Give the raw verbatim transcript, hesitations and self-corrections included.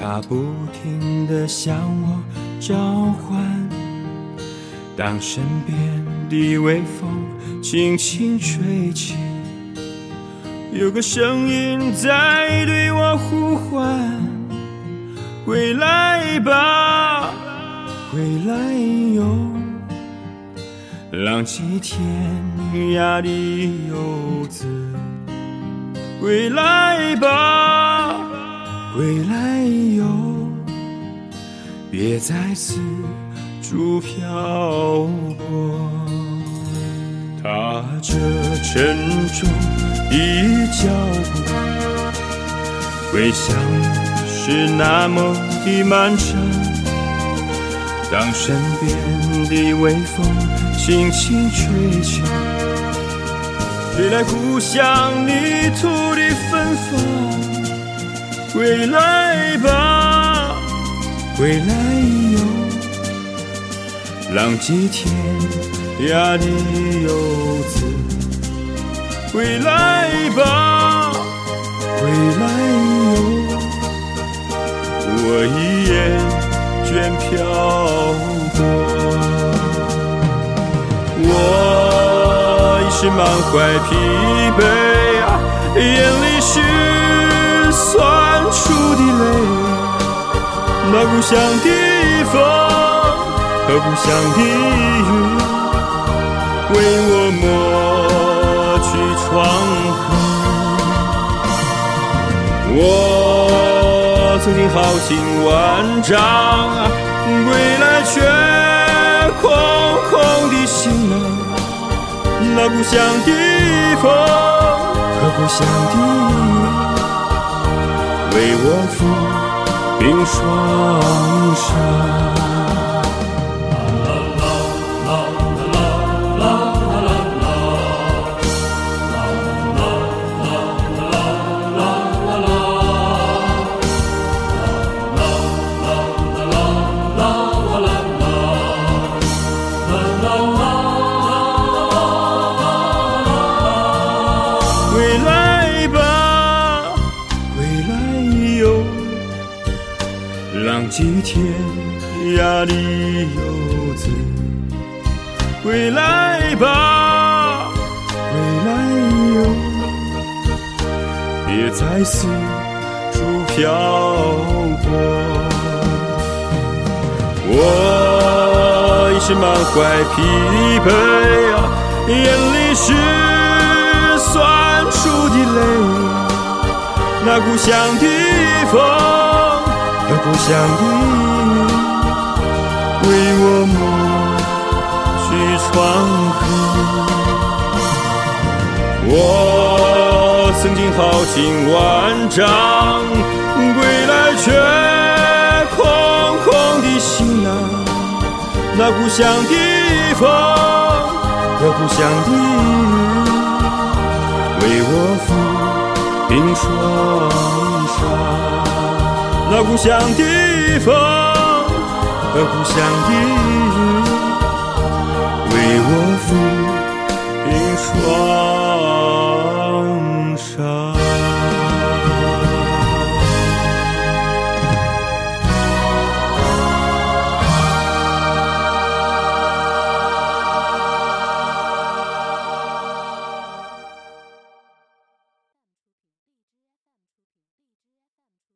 它不停地向我召唤，当身边的微风轻轻吹起，有个声音在对我呼唤，回来吧，回来哟，浪迹天涯的游子，回来吧，回来哟，别再四处漂泊。踏着沉重的脚步，回想是那么的漫长，当身边的微风轻轻吹起，吹来故乡泥土的芬芳，回来吧，回来哟，浪迹天涯的游子，回来吧，回来哟，我一眼倦漂泊。我已是满怀疲惫啊，眼里是酸楚的泪，那故乡的风和故乡的雨，为我抹去创痕。我曾经豪情万丈，归来却空空的行囊，那故乡的风和故乡的雨，为我抚冰霜上。浪迹天涯的游子，回来吧，回来哟，别再四处漂泊。我已是满怀疲惫啊，眼里是酸楚的泪，那故乡的风和故乡的雨，为我抹去创痕。我曾经豪情万丈，归来却空空的行囊，那故乡的风和故乡的雨，为我抚冰霜上。那故乡的风和故乡的雨，为我抚